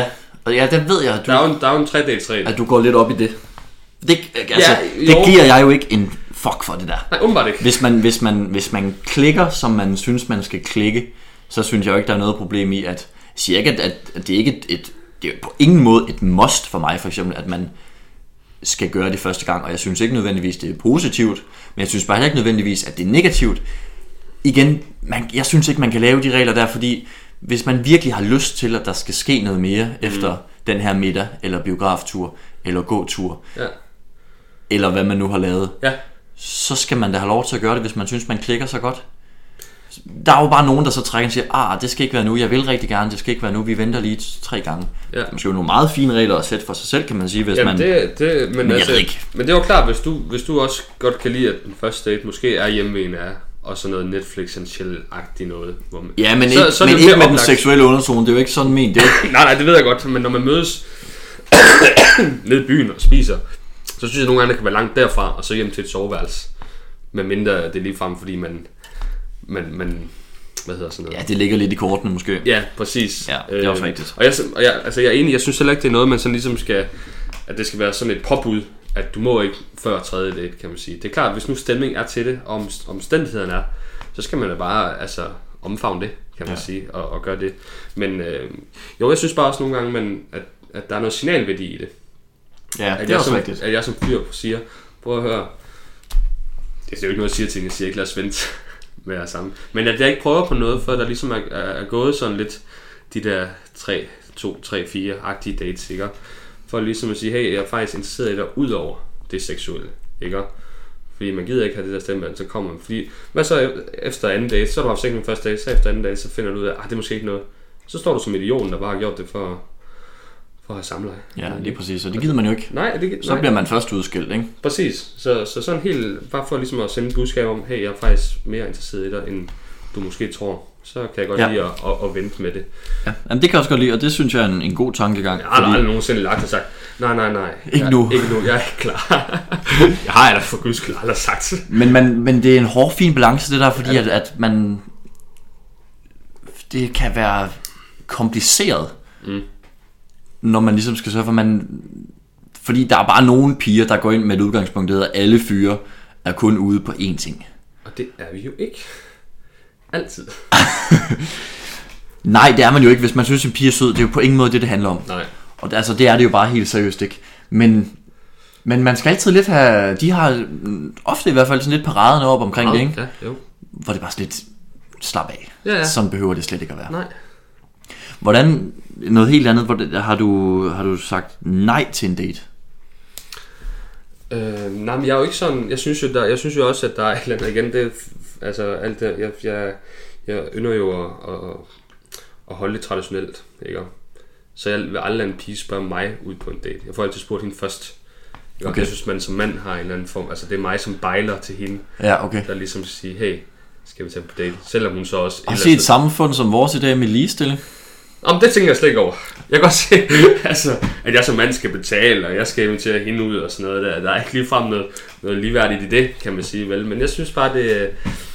Og ja, det ved jeg. Der er jo en 3-dates-regel. At du går lidt op i det. Det giver jeg jo ikke en fuck for det der. Nej, umiddelbart ikke. Hvis man klikker, som man synes, man skal klikke, så synes jeg jo ikke, der er noget problem i, at jeg siger ikke, at det er ikke det er på ingen måde et must for mig, for eksempel, at man skal gøre det første gang, og jeg synes ikke nødvendigvis, det er positivt, men jeg synes bare ikke nødvendigvis, at det er negativt. Igen, jeg synes ikke, man kan lave de regler der, fordi hvis man virkelig har lyst til, at der skal ske noget mere efter den her middag, eller biograftur, eller gåtur, eller hvad man nu har lavet, så skal man da have lov til at gøre det, hvis man synes, man klikker så godt. Der er jo bare nogen, der så trækker og siger, det skal ikke være nu, jeg vil rigtig gerne, det skal ikke være nu, vi venter lige 3 gange. Det er måske nogle meget fine regler at sætte for sig selv, kan man sige, hvis man... Men altså, men det er jo klart, hvis du også godt kan lide, at den første date måske er hjemme ved en af, og sådan noget Netflix and chill-agtigt noget. Hvor man, ja, men ikke med den seksuelle undertone, det er jo ikke sådan ment. Nej, det ved jeg godt, men når man mødes ned i byen og spiser, så synes jeg nogle gange, det kan være langt derfra, og så hjem til et soveværelse. Med mindre det er lige frem, fordi man hvad hedder sådan noget? Ja, det ligger lidt i kortene måske. Ja, præcis. Ja, det er også rigtigt. Og jeg er enig, jeg synes heller ikke, det er noget, man sådan ligesom skal, at det skal være sådan et påbud, at du må ikke før tredje date, kan man sige. Det er klart, hvis nu stemning er til det, og omstændighederne er, så skal man da bare omfavne det, kan man sige, og gøre det. Men jo, jeg synes bare også nogle gange, at der er noget signalværdi i det. Ja, det er også rigtigt. At jeg som fyr siger, prøv at høre, det er jo ikke noget, jeg siger til, jeg siger ikke, lad os vente med at sammen. Men at jeg ikke prøver på noget, før der ligesom er gået sådan lidt de der 3-4-agtige dates, ikke? For ligesom at sige, hey, jeg er faktisk interesseret i dig ud over det seksuelle, ikke? Fordi man gider ikke have det der stemme, så kommer man. Fordi, hvad så efter anden date, så har du haft sex med første date, så efter anden date, så finder du ud af, det er måske ikke noget. Så står du som idioten, der bare har gjort det for at have samleje. Ja, lige præcis, og det gider man jo ikke. Nej, så bliver man først udskilt, ikke? Præcis, så sådan helt, bare for ligesom at sende et budskab om, hey, jeg er faktisk mere interesseret i dig, end du måske tror. Så kan jeg godt lide at vente med det. Ja, jamen, det kan jeg også godt lide, og det synes jeg er en god tankegang. Jeg har aldrig nogensinde lagt og sagt, nej. Ikke nu, jeg er ikke klar. Jeg har da for guds skyld aldrig sagt. Men det er en hårfin balance, det der, fordi at man... Det kan være kompliceret, når man ligesom skal sørge for, fordi der er bare nogle piger, der går ind med et udgangspunkt, der hedder, alle fyre er kun ude på én ting. Og det er vi jo ikke. Altid. Nej, det er man jo ikke, hvis man synes en pige er sød. Det er jo på ingen måde det handler om. Nej. Og altså, det er det jo bare helt seriøst, ikke? Men man skal altid lidt have... De har ofte i hvert fald sådan lidt paraderne op omkring det, ikke? Ja, jo. Hvor det bare sådan lidt slap af. Ja. Sådan behøver det slet ikke at være. Nej. Hvordan... Noget helt andet, har du sagt nej til en date? Nej, men jeg er jo ikke sådan. Jeg synes jo også, at der er et eller andet igen. Det, altså alt det. Jeg ynder jo at holde det traditionelt, ikke? Så jeg vil aldrig lade en pige spørge mig ud på en date. Jeg får altid spurgt hende først. Okay. Jeg synes, man som mand har en eller anden form. Altså det er mig som bejler til hende. Ja, okay. Der ligesom siger, hey, skal vi tage på date? Selvom hun så også... Har du set et samfund som vores i dag med ligestilling? Det tænker jeg slet ikke over. Jeg kan godt se, altså, at jeg som mand skal betale, og jeg skal invitere hende ud og sådan noget der. Der er ikke ligefrem noget ligeværdigt i det, kan man sige vel. Men jeg synes bare, det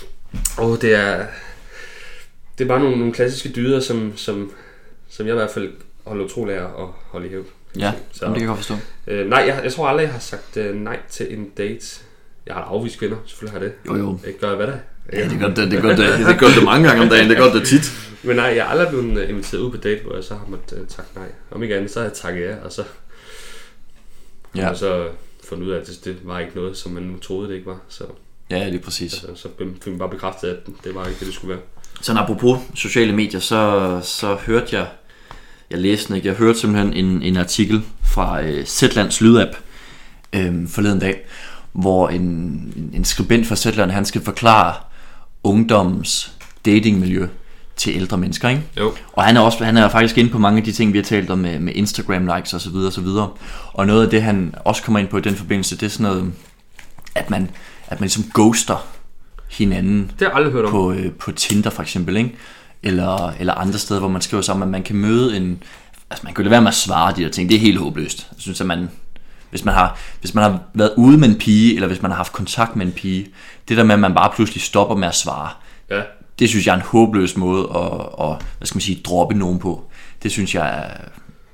er bare nogle klassiske dyder, som jeg i hvert fald holder utrolig af at holde i hævd. Ja, så. Det kan jeg godt forstå. Nej, jeg tror aldrig, jeg har sagt nej til en date. Jeg har afvist kvinder, selvfølgelig har det. Jo. Ikke gør jeg hvad der? Ja, det gør det mange gange om dagen, det gør det tit. Men nej, jeg har aldrig blevet inviteret ud på date, hvor jeg så har måttet takke nej. Om ikke andet, så har jeg takket ja, og så har jeg så fundet ud af, at det var ikke noget, som man nu troede, det ikke var. Så, ja, det er præcis. Altså, så fik man bare bekræftet, at det var ikke det, det skulle være. Så apropos sociale medier, så hørte jeg læste ikke, jeg hørte simpelthen en artikel fra Zetlands lydapp forleden dag, hvor en skribent fra Zetland, han skal forklare ungdommens datingmiljø til ældre mennesker, ikke? Jo. Og han er faktisk inde på mange af de ting, vi har talt om med Instagram likes og så videre og så videre. Og noget af det, han også kommer ind på i den forbindelse, det er sådan noget, at man ligesom ghoster hinanden. Det har jeg aldrig hørt om. På Tinder for eksempel, ikke? Eller andre steder, hvor man skriver sammen, at man kan møde altså man kan jo lade være med at svare de der ting. Det er helt håbløst. Jeg synes, at hvis man har været ude med en pige, eller hvis man har haft kontakt med en pige, det der med, at man bare pludselig stopper med at svare, det synes jeg er en håbløs måde at hvad skal man sige, droppe nogen på. Det synes jeg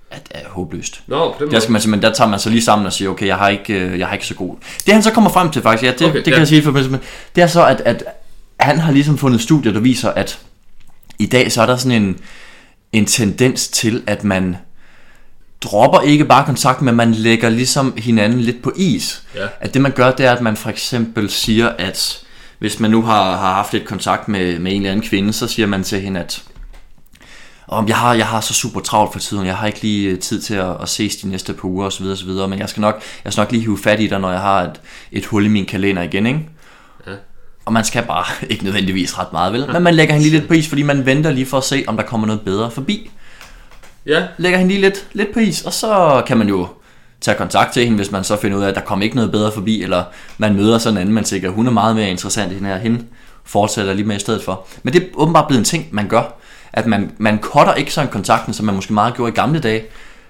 er håbløst. Nå, der skal man simpelthen, der tager man sig lige sammen og siger, okay, jeg har ikke så god. Det han så kommer frem til faktisk, det kan jeg sige for mig, det er så at han har ligesom fundet studier, der viser, at i dag så er der sådan en tendens til, at man dropper ikke bare kontakt, men man lægger ligesom hinanden lidt på is. Ja. At det man gør, det er, at man for eksempel siger, at hvis man nu har haft et kontakt med en eller anden kvinde, så siger man til hende, at jeg har så super travlt for tiden, jeg har ikke lige tid til at ses de næste par uger osv., men jeg skal nok lige hive fat i dig, når jeg har et hul i min kalender igen, ikke? Ja. Og man skal bare ikke nødvendigvis ret meget, vel? Men man lægger hende lige lidt på is, fordi man venter lige for at se, om der kommer noget bedre forbi. Ja. Lægger hende lige lidt på is, og så kan man jo tage kontakt til hende, hvis man så finder ud af, at der kommer ikke noget bedre forbi, eller man møder sådan en anden, man tænker, hun er meget mere interessant end hende fortsætter lige med i stedet for. Men det er åbenbart blevet en ting, man gør, at man cutter ikke sådan kontakten, som man måske meget gjorde i gamle dage.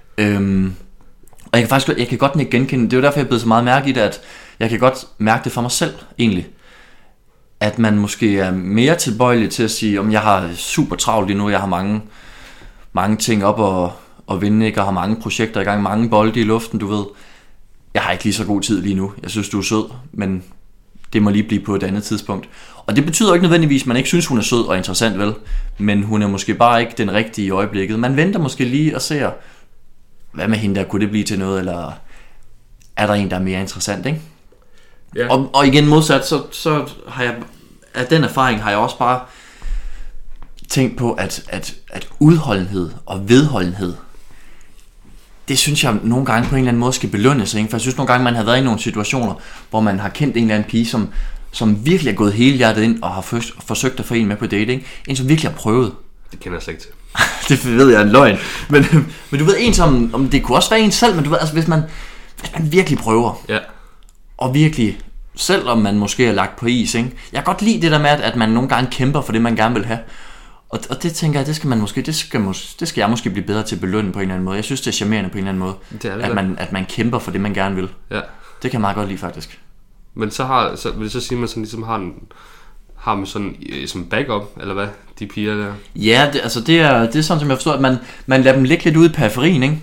Og jeg kan godt ikke genkende, det er jo derfor, jeg er blevet så meget mærke i det, at jeg kan godt mærke det for mig selv, egentlig. At man måske er mere tilbøjelig til at sige, om jeg har super travlt lige nu, jeg har mange ting op og vinde, ikke? Og har mange projekter i gang, mange bolde i luften, du ved. Jeg har ikke lige så god tid lige nu. Jeg synes, du er sød, men det må lige blive på et andet tidspunkt. Og det betyder ikke nødvendigvis, at man ikke synes, hun er sød og interessant, vel? Men hun er måske bare ikke den rigtige i øjeblikket. Man venter måske lige og ser, hvad med hende der, kunne det blive til noget, eller er der en, der er mere interessant, ikke? Ja. Og igen modsat, så har jeg, af den erfaring har jeg også bare tænkt på, at udholdenhed og vedholdenhed, det synes jeg nogle gange på en eller anden måde skal belønnes, ikke? For jeg synes nogle gange, man har været i nogle situationer, hvor man har kendt en eller anden pige, som virkelig er gået hele hjertet ind og har forsøgt at få en med på dating. En, som virkelig har prøvet. Det kender jeg slet ikke til. Det ved jeg er en løgn. Men du ved, en som, om det kunne også være en selv, men du ved, altså hvis man virkelig prøver, ja. Og virkelig, selvom man måske er lagt på is, ikke? Jeg kan godt lide det der med, at man nogle gange kæmper for det, man gerne vil have. Og det tænker jeg, det skal jeg måske blive bedre til at belønne på en eller anden måde. Jeg synes, det er charmerende på en eller anden måde, at man kæmper for det, man gerne vil. Ja. Det kan jeg meget godt lide, faktisk. Men så vil det så sige, at man sådan ligesom har man sådan som backup, eller hvad, de piger der? Ja, det er sådan, som jeg forstår, at man lader dem ligge lidt ude i periferien, ikke?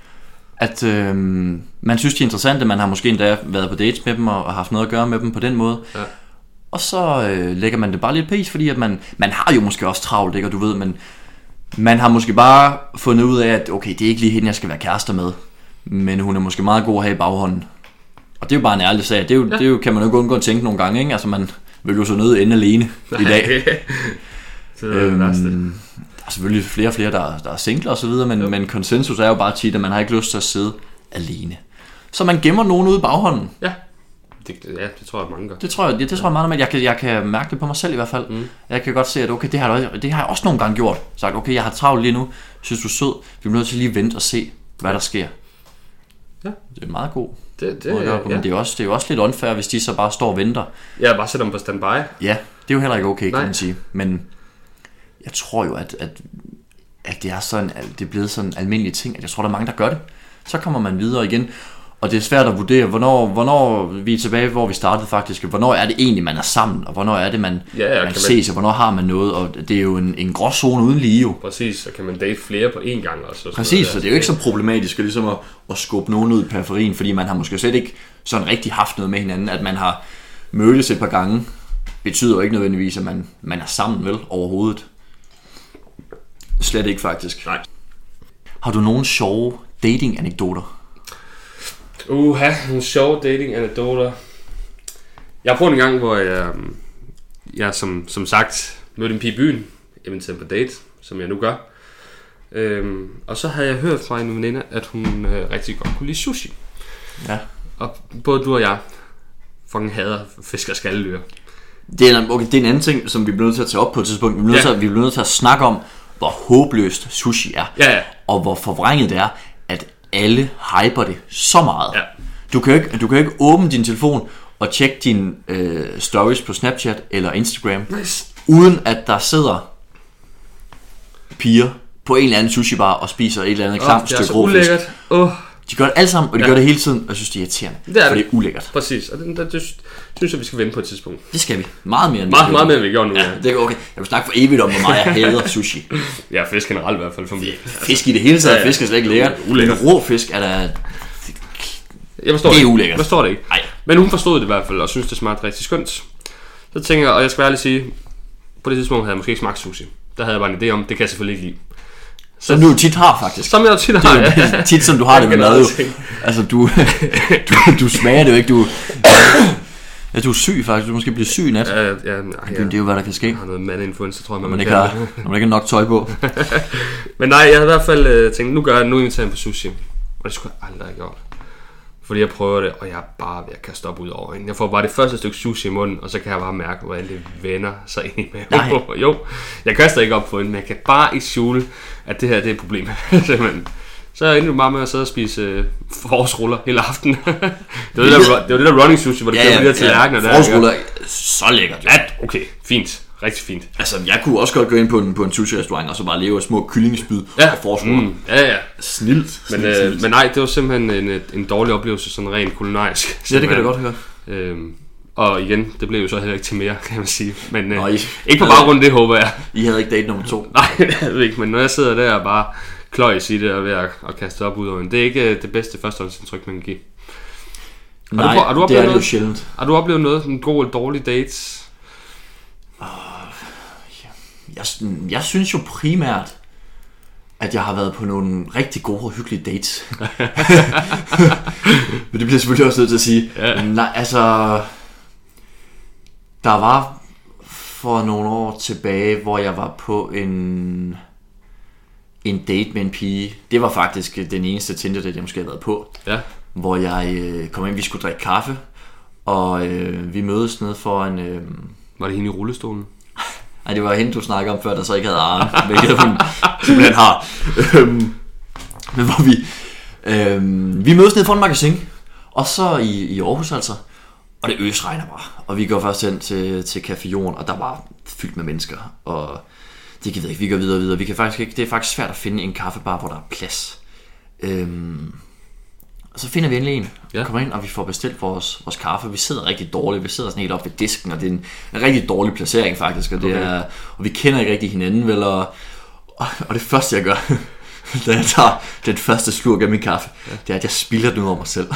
At man synes, de er interessante, man har måske endda været på dates med dem, og haft noget at gøre med dem på den måde. Ja. Og så lægger man det bare lidt på is, fordi at man har jo måske også travlt, ikke? Og du ved, men man har måske bare fundet ud af, at okay, det er ikke lige hende, jeg skal være kærester med, men hun er måske meget god at have i baghånden. Og det er jo bare en ærlig sag. Det er jo kan man jo undgå at tænke nogle gange, ikke? Altså man vil jo så nødt ende alene i dag. Det er det værste. Der er selvfølgelig flere og flere, der er singler og så videre, men konsensus er jo bare tit, at man har ikke lyst til at sidde alene. Så man gemmer nogen ude i baghånden. Ja. Det tror jeg mange gør. Det tror jeg meget om, at jeg kan mærke det på mig selv i hvert fald. Jeg kan godt se, at okay, det har jeg også nogle gange gjort. Sagt, okay, jeg har travlt lige nu, synes du er sød, vi bliver nødt til lige at vente og se, hvad der sker. Ja. Det er meget god. Men det er jo også lidt unfair, hvis de så bare står og venter. Ja, bare sætter dem på standby. Ja, det er jo heller ikke okay, kan man sige. Men jeg tror jo, at det er sådan, at det er blevet sådan en almindelig ting, at jeg tror, der er mange, der gør det. Så kommer man videre igen. Og det er svært at vurdere, hvornår vi er tilbage, hvor vi startede faktisk. Hvornår er det egentlig, man er sammen, og hvornår er det, man ses, og hvornår har man noget. Og det er jo en gråzone uden lige jo. Præcis, så kan man date flere på én gang også. Præcis, så det er jo ikke så problematisk ligesom at skubbe nogen ud i periferien, fordi man har måske slet ikke sådan rigtig haft noget med hinanden. At man har mødtes et par gange, betyder jo ikke nødvendigvis, at man er sammen, vel, overhovedet. Slet ikke faktisk. Nej. Har du nogle sjove dating-anekdoter? Nogle sjove dating-anekdoter. Jeg har prøvet en gang, hvor jeg som sagt mødte en pige i byen, inviteret på date, som jeg nu gør. Og så havde jeg hørt fra en veninde, at hun rigtig godt kunne lide sushi. Ja. Og både du og jeg fucking hader fisk og skaldyr. Det er en anden ting, som vi bliver nødt til at tage op på et tidspunkt. Vi bliver nødt til at snakke om, hvor håbløst sushi er. Ja. Og hvor forvrænget det er, at alle hyper det så meget. Ja. Du kan ikke åbne din telefon og tjekke dine stories på Snapchat eller Instagram, uden at der sidder piger på en eller anden sushi bar og spiser et eller andet klamt stykke råfisk. De gør det alle sammen, og de gør det hele tiden, og jeg synes, det er irriterende. Det er for det er ulækkert. Præcis, og det synes jeg, vi skal vende på et tidspunkt. Det skal vi. Meget mere end meget mere, end vi gør nu. Ja, det er okay. Jeg vil snakke for evigt om, hvor meget jeg hader sushi. Ja, fisk generelt i hvert fald for mig. Fisk i det hele taget, fisk er slet ikke lækkert. Men rå fisk er der... Jeg forstår det er det. ulækkert. Jeg forstår det ikke. Nej. Men hun forstod det i hvert fald, og synes, det smagte rigtig skønt. Så tænker jeg, og jeg skal ærligt sige, på det tidspunkt havde jeg måske ikke smagt sushi. Der havde jeg bare en idé om, det kan jeg selvfølgelig ikke lide. Som du tit har, faktisk. Som jeg tit har, ja. Tit som du har det med mad, jo. Altså, du smager det jo ikke, Ja, du er syg, faktisk. Du måske bliver syg i nat. Ja. Det er jo, hvad der kan ske. Jeg har noget mandeinfluenza, tror jeg, når man ikke har nok tøj på. Men nej, jeg havde i hvert fald tænkt, nu inviterer jeg på sushi. Og det skulle jeg aldrig have gjort. Fordi jeg prøver det, og jeg er bare ved at kaste op ud over hende. Jeg får bare det første stykke sushi i munden, og så kan jeg bare mærke, hvor alt det vender sig ind i maven. Jo, jeg kaster ikke op på hende, men jeg kan bare ikke skjule, at det her det er et problem. Simpelthen. Så er jeg endnu bare med at sidde og spise forårsruller hele aftenen. det var det der running sushi, hvor det kører de der tallerkener der. Forårsruller, så lækkert. Ja, okay, fint. Rigtig fint. Altså, jeg kunne også godt gå ind på en sushi-restaurant og så bare leve af små kyllingespyd og forårsruller. Ja. Snilt. Men nej, det var simpelthen en dårlig oplevelse, sådan rent kulinarisk. Ja, det kan det godt høre. Og igen, det blev jo så heller ikke til mere, kan man sige. Men ikke på baggrund af det, håber jeg. I havde ikke date nummer 2? Nej, det ved ikke. Men når jeg sidder der og bare kløjs i det og ved at kaste op ud over en, det er ikke det bedste førstehåndsindtryk, man kan give. Nej, det er det jo sjældent. Har du oplevet noget, en god eller dårlig dates? Jeg synes jo primært, at jeg har været på nogle rigtig gode og hyggelige dates. Men det bliver selvfølgelig også nødt til at sige. Ja. Nej, altså, der var for nogle år tilbage, hvor jeg var på en date med en pige. Det var faktisk den eneste Tinder date, jeg måske havde været på. Ja. Hvor jeg kom ind, vi skulle drikke kaffe, og vi mødes nede foran... Var det hende i rullestolen? Nej, det var hende, du snakkede om før, der så ikke havde arme, hvilket hun simpelthen har. Men hvor vi mødes nede foran magasin, og så i Aarhus altså, og det øsregner bare. Og vi går først hen til Café Jorden, og der var fyldt med mennesker, og det gider ikke, vi går videre. Vi kan faktisk ikke, det er faktisk svært at finde en kaffebar, hvor der er plads. Og så finder vi endelig en, kommer ind, og vi får bestilt vores kaffe. Vi sidder rigtig dårligt, vi sidder sådan helt op ved disken, og det er en rigtig dårlig placering faktisk, og, og vi kender ikke rigtig hinanden, vel, og det første jeg gør, da jeg tager den første slurk af min kaffe, det er, at jeg spilder den ud over mig selv.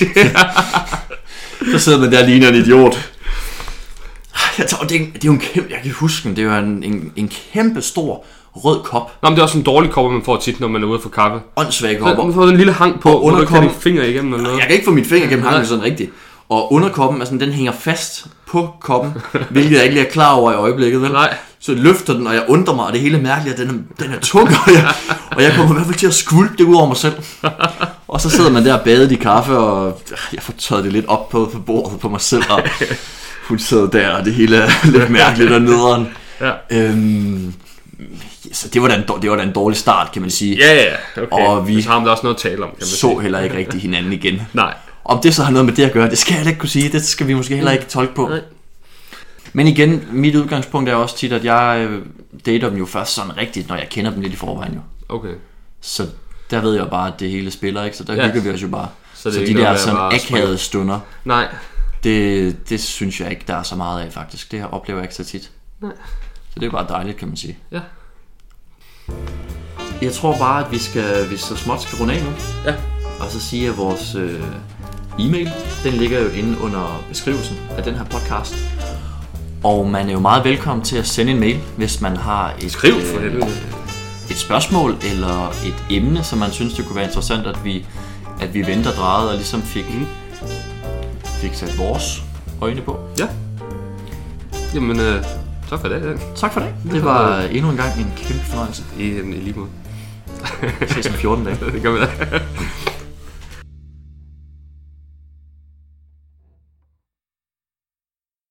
Så sidder man der og ligner en idiot. Det er jo en kæmpe, jeg kan huske den, det er jo en kæmpe stor rød kop. Nå, men det er også en dårlig kop, man får tit, når man er ude for kaffe. Åndssvage kopper. Du får en lille hang på, hvor du kan din finger igennem eller noget. Jeg kan ikke få mit finger igennem hangen sådan rigtigt. Og underkoppen, altså den hænger fast på koppen, hvilket jeg ikke lige er klar over i øjeblikket, vel? Nej. Så jeg løfter den, og jeg undrer mig, og det hele er mærkeligt, at den er tung, og jeg kommer i hvert fald til at skvulpe det ud over mig selv. Og så sidder man der og badet i kaffe, og jeg får tørret det lidt op på bordet på mig selv, og hun sidder der, og det hele er lidt mærkeligt og nederen. Ja. Så det var da en dårlig start, kan man sige. Ja, okay. Og vi så har man også noget at tale om, kan man så heller ikke rigtig hinanden igen. Nej. Om det så har noget med det at gøre, det skal jeg ikke kunne sige. Det skal vi måske heller ikke tolke på. Nej. Men igen, mit udgangspunkt er også tit, at jeg dater dem jo først sådan rigtigt, når jeg kender dem lidt i forvejen jo. Okay. Så der ved jeg bare, at det hele spiller, ikke? Så der hygger vi os jo bare. Så de der sådan akavede stunder, nej. Det synes jeg ikke, der er så meget af faktisk. Det oplever jeg ikke så tit. Nej. Så det er bare dejligt, kan man sige. Ja. Jeg tror bare, at vi så småt skal runde af nu. Ja. Og så sige, at vores e-mail, den ligger jo inde under beskrivelsen af den her podcast. Og man er jo meget velkommen til at sende en mail, hvis man har et spørgsmål eller et emne, som man synes, det kunne være interessant, at vi venter drejet og ligesom fik sat vores øjne på. Ja. Jamen, tak for det. Tak for det. Det var endnu en gang en kæmpe fornøjelse. I lige måde. Vi ses om 14 dage. Det gør vi da.